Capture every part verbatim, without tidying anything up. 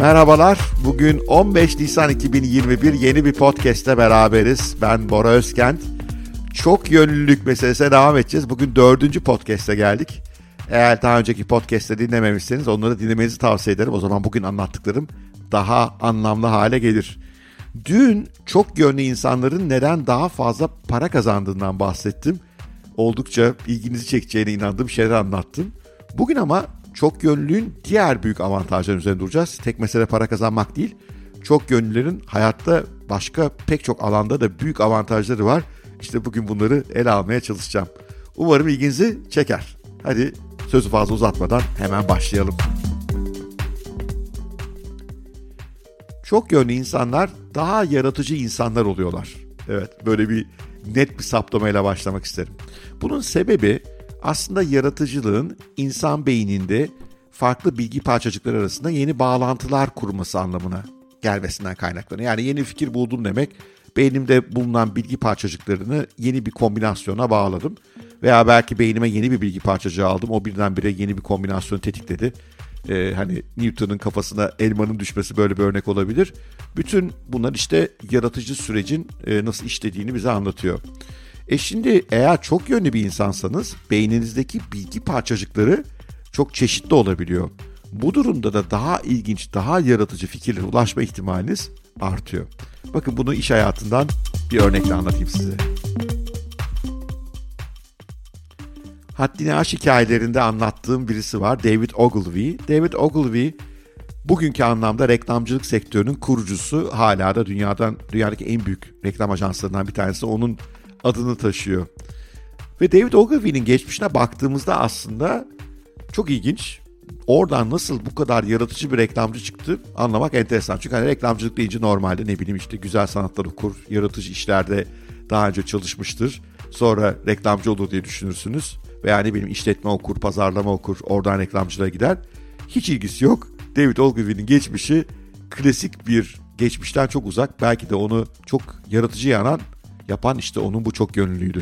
Merhabalar, bugün on beş Nisan iki bin yirmi bir yeni bir podcast'te beraberiz. Ben Bora Özkent. Çok yönlülük meselesine devam edeceğiz. Bugün dördüncü podcast'e geldik. Eğer daha önceki podcast'te dinlememişseniz onları dinlemenizi tavsiye ederim. O zaman bugün anlattıklarım daha anlamlı hale gelir. Dün çok yönlü insanların neden daha fazla para kazandığından bahsettim. Oldukça ilginizi çekeceğine inandığım şeyler anlattım. Bugün ama çok yönlülüğün diğer büyük avantajları üzerine duracağız. Tek mesele para kazanmak değil. Çok yönlülerin hayatta başka pek çok alanda da büyük avantajları var. İşte bugün bunları ele almaya çalışacağım. Umarım ilginizi çeker. Hadi sözü fazla uzatmadan hemen başlayalım. Çok yönlü insanlar daha yaratıcı insanlar oluyorlar. Evet, böyle bir net bir saptamayla başlamak isterim. Bunun sebebi aslında yaratıcılığın insan beyninde farklı bilgi parçacıkları arasında yeni bağlantılar kurması anlamına gelmesinden kaynaklanıyor. Yani yeni bir fikir buldum demek, beynimde bulunan bilgi parçacıklarını yeni bir kombinasyona bağladım. Veya belki beynime yeni bir bilgi parçacığı aldım, o birdenbire yeni bir kombinasyonu tetikledi. Ee, hani Newton'un kafasına elmanın düşmesi böyle bir örnek olabilir. Bütün bunlar işte yaratıcı sürecin e, nasıl işlediğini bize anlatıyor. E şimdi eğer çok yönlü bir insansanız beyninizdeki bilgi parçacıkları çok çeşitli olabiliyor. Bu durumda da daha ilginç, daha yaratıcı fikirlere ulaşma ihtimaliniz artıyor. Bakın bunu iş hayatından bir örnekle anlatayım size. Haddini aş hikayelerinde anlattığım birisi var, David Ogilvy. David Ogilvy bugünkü anlamda reklamcılık sektörünün kurucusu, hala da dünyadan dünyadaki en büyük reklam ajanslarından bir tanesi. Onun adını taşıyor. Ve David Ogilvy'nin geçmişine baktığımızda aslında çok ilginç. Oradan nasıl bu kadar yaratıcı bir reklamcı çıktı anlamak enteresan. Çünkü hani reklamcılık deyince normalde ne bileyim işte güzel sanatlar okur, yaratıcı işlerde daha önce çalışmıştır. Sonra reklamcı olur diye düşünürsünüz. Veya ne bileyim işletme okur, pazarlama okur, oradan reklamcılığa gider. Hiç ilgisi yok. David Ogilvy'nin geçmişi klasik bir geçmişten çok uzak. Belki de onu çok yaratıcı yanan yapan işte onun bu çok yönlülüğüydü.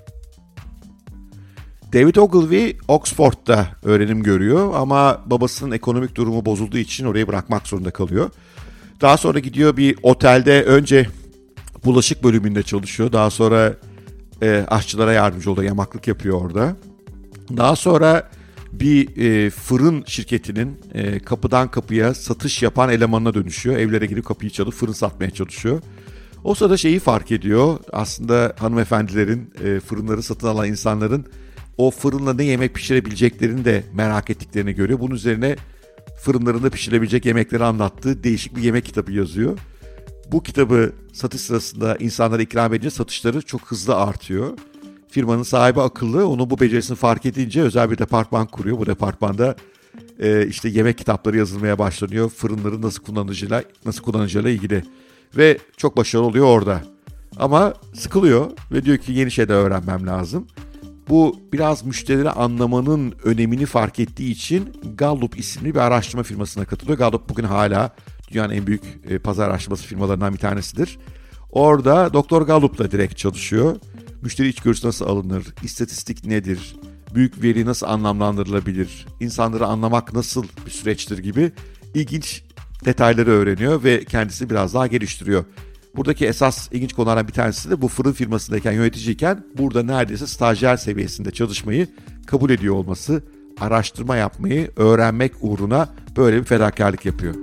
David Ogilvy Oxford'da öğrenim görüyor ama babasının ekonomik durumu bozulduğu için orayı bırakmak zorunda kalıyor. Daha sonra gidiyor bir otelde, önce bulaşık bölümünde çalışıyor. Daha sonra e, aşçılara yardımcı oluyor, yamaklık yapıyor orada. Daha sonra bir e, fırın şirketinin e, kapıdan kapıya satış yapan elemanına dönüşüyor. Evlere girip kapıyı çalıp fırın satmaya çalışıyor. O sırada şeyi fark ediyor. Aslında hanımefendilerin, e, fırınları satın alan insanların o fırınla ne yemek pişirebileceklerini de merak ettiklerini görüyor. Bunun üzerine fırınlarında pişirebilecek yemekleri anlattığı değişik bir yemek kitabı yazıyor. Bu kitabı satış sırasında insanlara ikram edince satışları çok hızlı artıyor. Firmanın sahibi akıllı, onun bu becerisini fark edince özel bir departman kuruyor. Bu departmanda e, işte yemek kitapları yazılmaya başlanıyor. Fırınları nasıl kullanacağıyla, nasıl kullanacağıyla ilgili. Ve çok başarılı oluyor orada. Ama sıkılıyor ve diyor ki yeni şeyler öğrenmem lazım. Bu biraz müşterileri anlamanın önemini fark ettiği için Gallup isimli bir araştırma firmasına katılıyor. Gallup bugün hala dünyanın en büyük e, pazar araştırması firmalarından bir tanesidir. Orada Doktor Gallup'la direkt çalışıyor. Müşteri içgörüsü nasıl alınır, istatistik nedir, büyük veri nasıl anlamlandırılabilir, insanları anlamak nasıl bir süreçtir gibi ilginç detayları öğreniyor ve kendisi biraz daha geliştiriyor. Buradaki esas ilginç konulardan bir tanesi de bu fırın firmasındayken, yöneticiyken burada neredeyse stajyer seviyesinde çalışmayı kabul ediyor olması, araştırma yapmayı öğrenmek uğruna böyle bir fedakarlık yapıyor.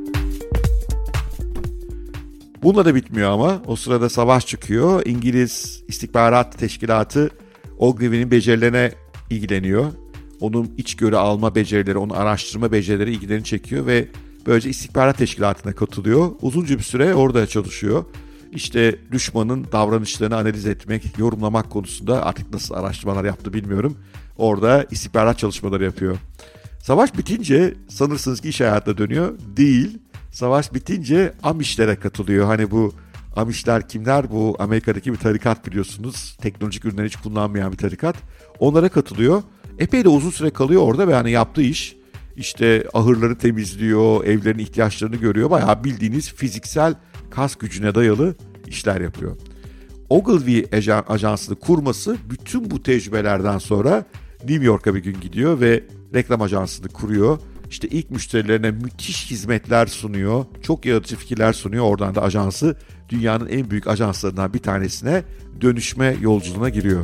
Bununla da bitmiyor ama o sırada savaş çıkıyor. İngiliz İstihbarat Teşkilatı Ogilvy'nin becerilerine ilgileniyor. Onun içgörü alma becerileri, onun araştırma becerileri ilgilerini çekiyor ve böylece istihbarat teşkilatına katılıyor. Uzunca bir süre orada çalışıyor. İşte düşmanın davranışlarını analiz etmek, yorumlamak konusunda artık nasıl araştırmalar yaptı bilmiyorum. Orada istihbarat çalışmaları yapıyor. Savaş bitince sanırsınız ki iş hayatına dönüyor. Değil. Savaş bitince Amish'lere katılıyor. Hani bu Amish'ler kimler? Bu Amerika'daki bir tarikat biliyorsunuz. Teknolojik ürünleri hiç kullanmayan bir tarikat. Onlara katılıyor. Epey de uzun süre kalıyor orada ve hani yaptığı iş işte ahırları temizliyor, evlerin ihtiyaçlarını görüyor. Bayağı bildiğiniz fiziksel kas gücüne dayalı işler yapıyor. Ogilvy ajansını kurması bütün bu tecrübelerden sonra New York'a bir gün gidiyor ve reklam ajansını kuruyor. işte ilk müşterilerine müthiş hizmetler sunuyor. Çok yaratıcı fikirler sunuyor. Oradan da ajansı dünyanın en büyük ajanslarından bir tanesine dönüşme yolculuğuna giriyor.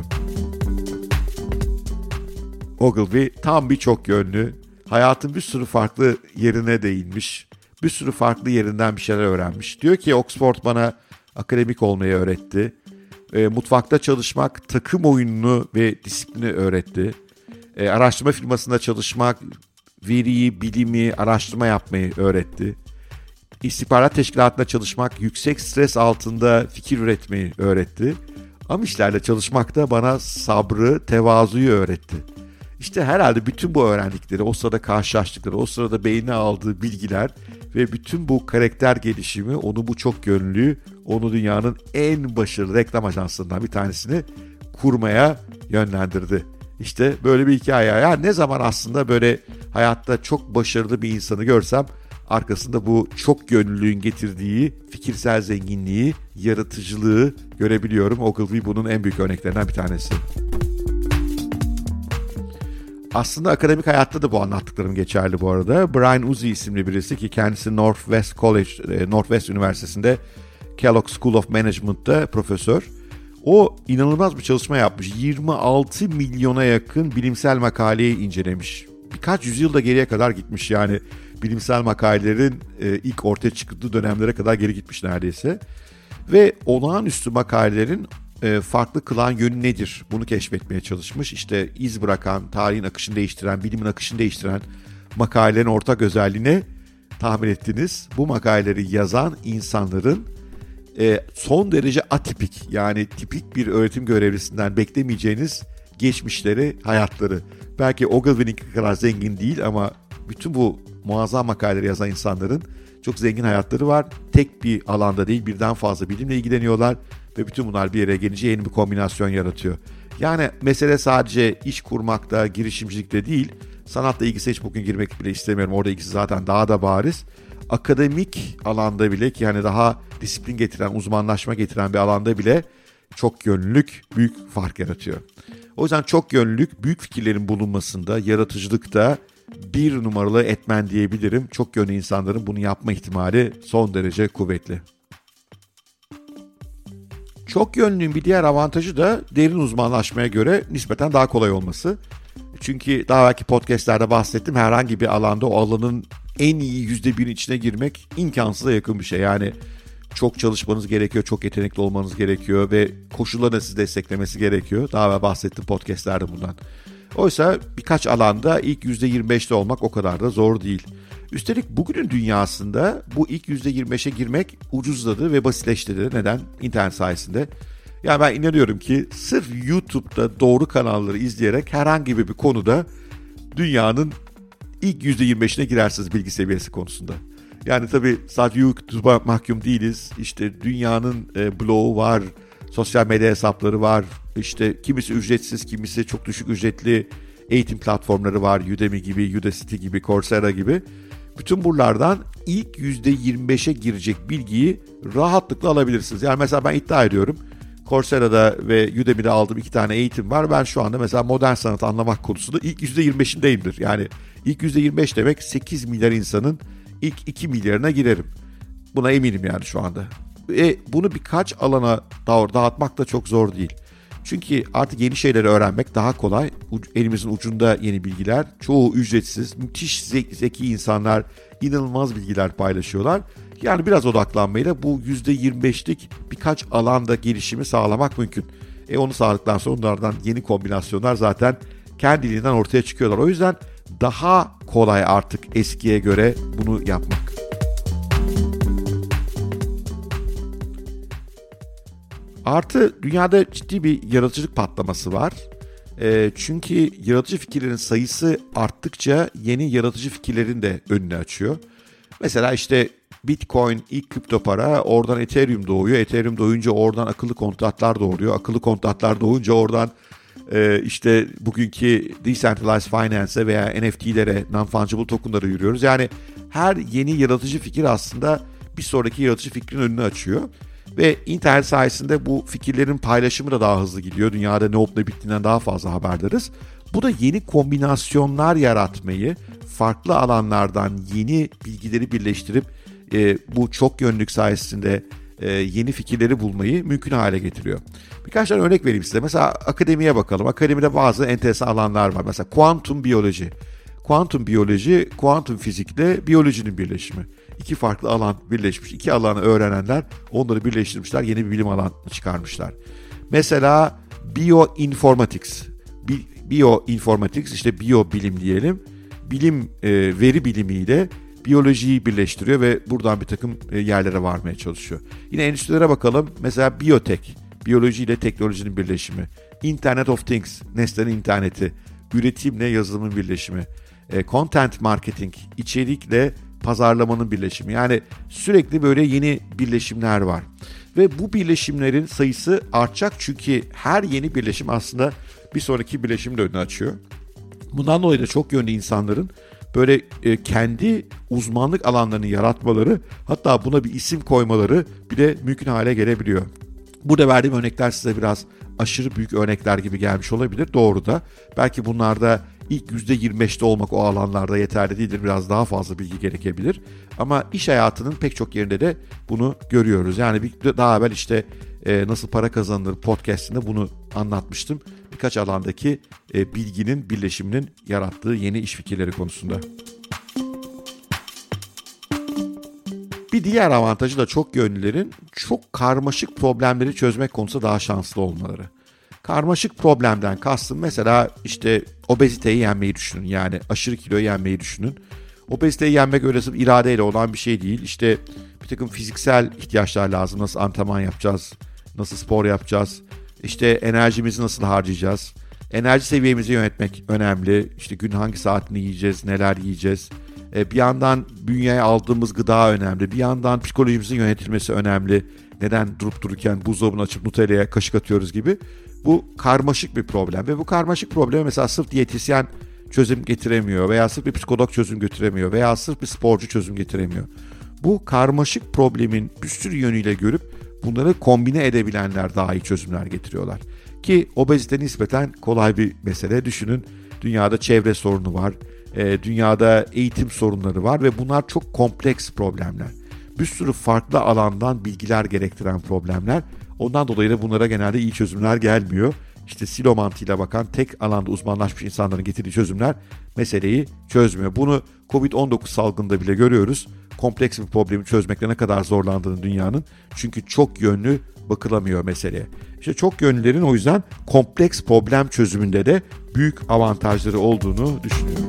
Ogilvy tam bir çok yönlü, hayatın bir sürü farklı yerine değinmiş, bir sürü farklı yerinden bir şeyler öğrenmiş. Diyor ki Oxford bana akademik olmayı öğretti, e, mutfakta çalışmak, takım oyununu ve disiplini öğretti. E, araştırma firmasında çalışmak, veriyi, bilimi, araştırma yapmayı öğretti. İstihbarat teşkilatında çalışmak, yüksek stres altında fikir üretmeyi öğretti. Amişlerle çalışmak da bana sabrı, tevazuyu öğretti. İşte herhalde bütün bu öğrendikleri, o sırada karşılaştıkları, o sırada beynine aldığı bilgiler ve bütün bu karakter gelişimi onu bu çok yönlü, onu dünyanın en başarılı reklam ajanslarından bir tanesini kurmaya yönlendirdi. İşte böyle bir hikaye. Yani ne zaman aslında böyle hayatta çok başarılı bir insanı görsem arkasında bu çok yönlülüğün getirdiği fikirsel zenginliği, yaratıcılığı görebiliyorum. Ogilvy bunun en büyük örneklerinden bir tanesi. Aslında akademik hayatta da bu anlattıklarım geçerli bu arada. Brian Uzi isimli birisi ki kendisi Northwest College, Northwest Üniversitesi'nde Kellogg School of Management'ta profesör. O inanılmaz bir çalışma yapmış. yirmi altı milyona yakın bilimsel makaleyi incelemiş. Birkaç yüzyılda geriye kadar gitmiş yani. Bilimsel makalelerin e, ilk ortaya çıktığı dönemlere kadar geri gitmiş neredeyse. Ve olağanüstü makalelerin e, farklı kılan yönü nedir? Bunu keşfetmeye çalışmış. İşte iz bırakan, tarihin akışını değiştiren, bilimin akışını değiştiren makalelerin ortak özelliğine tahmin ettiniz. Bu makaleleri yazan insanların e, son derece atipik, yani tipik bir öğretim görevlisinden beklemeyeceğiniz geçmişleri, hayatları. Belki Ogilvy'nin kadar zengin değil ama bütün bu muazzam makaleleri yazan insanların çok zengin hayatları var. Tek bir alanda değil, birden fazla bilimle ilgileniyorlar ve bütün bunlar bir yere gelince yeni bir kombinasyon yaratıyor. Yani mesele sadece iş kurmakta, girişimcilikte değil, sanatla ilgisi hiç bugün girmek bile istemiyorum. Orada ikisi zaten daha da bariz. Akademik alanda bile, ki yani daha disiplin getiren, uzmanlaşma getiren bir alanda bile çok yönlülük büyük fark yaratıyor. O yüzden çok yönlülük büyük fikirlerin bulunmasında, yaratıcılıkta bir numaralı etmen diyebilirim. Çok yönlü insanların bunu yapma ihtimali son derece kuvvetli. Çok yönlülüğün bir diğer avantajı da derin uzmanlaşmaya göre nispeten daha kolay olması. Çünkü daha belki podcastlerde bahsettim, herhangi bir alanda o alanın en iyi yüzde birin içine girmek imkansıza yakın bir şey. Yani çok çalışmanız gerekiyor, çok yetenekli olmanız gerekiyor ve koşulların sizi desteklemesi gerekiyor. Daha evvel bahsettim podcastlerde bundan. Oysa birkaç alanda ilk yüzde yirmi beşte olmak o kadar da zor değil. Üstelik bugünün dünyasında bu ilk yüzde yirmi beşe girmek ucuzladı ve basitleşti. Neden? İnternet sayesinde. Yani ben inanıyorum ki sırf YouTube'da doğru kanalları izleyerek herhangi bir konuda dünyanın ilk yüzde yirmi beşine girersiniz bilgi seviyesi konusunda. Yani tabii sadece YouTube'a mahkum değiliz. İşte dünyanın e, blogu var, sosyal medya hesapları var. İşte kimisi ücretsiz, kimisi çok düşük ücretli eğitim platformları var. Udemy gibi, Udacity gibi, Coursera gibi. Bütün buralardan ilk yüzde yirmi beşe girecek bilgiyi rahatlıkla alabilirsiniz. Yani mesela ben iddia ediyorum, Coursera'da ve Udemy'de aldığım iki tane eğitim var. Ben şu anda mesela modern sanat anlamak konusunda ilk yüzde yirmi beşindeyimdir. Yani ilk yüzde yirmi beş demek sekiz milyar insanın ilk iki milyarına girerim. Buna eminim yani şu anda. Ve bunu birkaç alana dağıtmak da çok zor değil. Çünkü artık yeni şeyleri öğrenmek daha kolay. Elimizin ucunda yeni bilgiler. Çoğu ücretsiz. Müthiş zeki insanlar inanılmaz bilgiler paylaşıyorlar. Yani biraz odaklanmayla bu yüzde yirmi beşlik birkaç alanda gelişimi sağlamak mümkün. E onu sağladıktan sonra onlardan yeni kombinasyonlar zaten kendiliğinden ortaya çıkıyorlar. O yüzden daha kolay artık eskiye göre bunu yapmak. Artı dünyada ciddi bir yaratıcılık patlaması var. E, çünkü yaratıcı fikirlerin sayısı arttıkça yeni yaratıcı fikirlerin de önünü açıyor. Mesela işte Bitcoin ilk kripto para, oradan Ethereum doğuyor. Ethereum doğunca oradan akıllı kontratlar doğuruyor. Akıllı kontratlar doğunca oradan e, işte bugünkü Decentralized Finance'e veya N F T'lere, Non-Fungible Token'lara yürüyoruz. Yani her yeni yaratıcı fikir aslında bir sonraki yaratıcı fikrin önünü açıyor. Ve internet sayesinde bu fikirlerin paylaşımı da daha hızlı gidiyor. Dünyada ne olup ne bittiğinden daha fazla haberdarız. Bu da yeni kombinasyonlar yaratmayı, farklı alanlardan yeni bilgileri birleştirip e, bu çok yönlülük sayesinde e, yeni fikirleri bulmayı mümkün hale getiriyor. Birkaç tane örnek vereyim size. Mesela akademiye bakalım. Akademide bazı enteresan alanlar var. Mesela kuantum biyoloji. Kuantum biyoloji, kuantum fizikle biyolojinin birleşimi. İki farklı alan birleşmiş. İki alanı öğrenenler onları birleştirmişler. Yeni bir bilim alanı çıkarmışlar. Mesela bioinformatics. Bi- bioinformatics işte biyobilim diyelim. Bilim, e, veri bilimiyle biyolojiyi birleştiriyor ve buradan bir takım e, yerlere varmaya çalışıyor. Yine endüstrilere bakalım. Mesela biyotek. Biyoloji ile teknolojinin birleşimi. Internet of Things. Nesnenin interneti. Üretimle yazılımın birleşimi. E, content marketing. İçerikle pazarlamanın birleşimi. Yani sürekli böyle yeni birleşimler var. Ve bu birleşimlerin sayısı artacak çünkü her yeni birleşim aslında bir sonraki birleşimin önünü açıyor. Bundan dolayı da çok yönlü insanların böyle e, kendi uzmanlık alanlarını yaratmaları, hatta buna bir isim koymaları bile mümkün hale gelebiliyor. Burada verdiğim örnekler size biraz aşırı büyük örnekler gibi gelmiş olabilir. Doğru da. Belki bunlarda ilk yüzde yirmi beşte olmak o alanlarda yeterli değildir. Biraz daha fazla bilgi gerekebilir. Ama iş hayatının pek çok yerinde de bunu görüyoruz. Yani bir, daha evvel işte e, nasıl para kazanılır podcast'inde bunu anlatmıştım. Birkaç alandaki e, bilginin birleşiminin yarattığı yeni iş fikirleri konusunda. Bir diğer avantajı da çok yönlülerin çok karmaşık problemleri çözmek konusunda daha şanslı olmaları. Karmaşık problemden kastım mesela işte obeziteyi yenmeyi düşünün. Yani aşırı kiloyu yenmeyi düşünün. Obeziteyi yenmek öyle sırf iradeyle olan bir şey değil. İşte bir takım fiziksel ihtiyaçlar lazım. Nasıl antrenman yapacağız? Nasıl spor yapacağız? İşte enerjimizi nasıl harcayacağız? Enerji seviyemizi yönetmek önemli. İşte gün hangi saatini yiyeceğiz? Neler yiyeceğiz? Bir yandan bünyeye aldığımız gıda önemli. Bir yandan psikolojimizin yönetilmesi önemli. Neden durup dururken buzdolabını açıp Nutella'ya kaşık atıyoruz gibi. Bu karmaşık bir problem. Ve bu karmaşık probleme mesela sırf diyetisyen çözüm getiremiyor. Veya sırf bir psikolog çözüm getiremiyor. Veya sırf bir sporcu çözüm getiremiyor. Bu karmaşık problemin bir sürü yönüyle görüp bunları kombine edebilenler daha iyi çözümler getiriyorlar. Ki obezite nispeten kolay bir mesele. Düşünün, dünyada çevre sorunu var. E, dünyada eğitim sorunları var ve bunlar çok kompleks problemler. Bir sürü farklı alandan bilgiler gerektiren problemler. Ondan dolayı da bunlara genelde iyi çözümler gelmiyor. İşte silo mantığıyla bakan tek alanda uzmanlaşmış insanların getirdiği çözümler meseleyi çözmüyor. Bunu kovid on dokuz salgında bile görüyoruz. Kompleks bir problemi çözmekte ne kadar zorlandığını dünyanın. Çünkü çok yönlü bakılamıyor meseleye. İşte çok yönlülerin o yüzden kompleks problem çözümünde de büyük avantajları olduğunu düşünüyorum.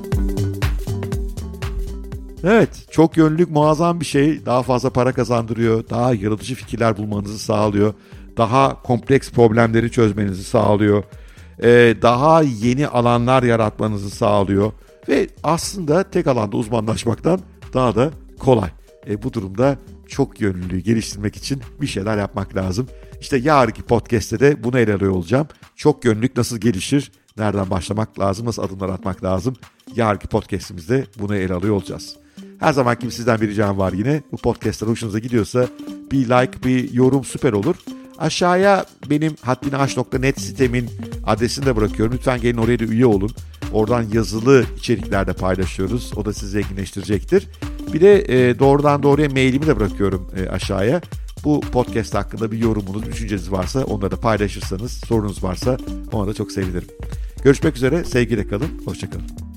Evet, çok yönlülük muazzam bir şey. Daha fazla para kazandırıyor, daha yaratıcı fikirler bulmanızı sağlıyor, daha kompleks problemleri çözmenizi sağlıyor, ee, daha yeni alanlar yaratmanızı sağlıyor ve aslında tek alanda uzmanlaşmaktan daha da kolay. E, bu durumda çok yönlülüğü geliştirmek için bir şeyler yapmak lazım. İşte yarınki podcast'te de bunu ele alıyor olacağım. Çok yönlülük nasıl gelişir? Nereden başlamak lazım? Nasıl adımlar atmak lazım? Yarınki podcast'imizde bunu ele alıyor olacağız. Her zaman gibi sizden bir ricam var yine. Bu podcast'lar hoşunuza gidiyorsa bir like, bir yorum süper olur. Aşağıya benim haddinaş nokta net sitemin adresini de bırakıyorum. Lütfen gelin oraya da üye olun. Oradan yazılı içerikler de paylaşıyoruz. O da sizi zenginleştirecektir. Bir de e, doğrudan doğruya mailimi de bırakıyorum e, aşağıya. Bu podcast hakkında bir yorumunuz, düşünceniz varsa onları da paylaşırsanız, sorunuz varsa ona da çok sevinirim. Görüşmek üzere, sevgiyle kalın, hoşça kalın.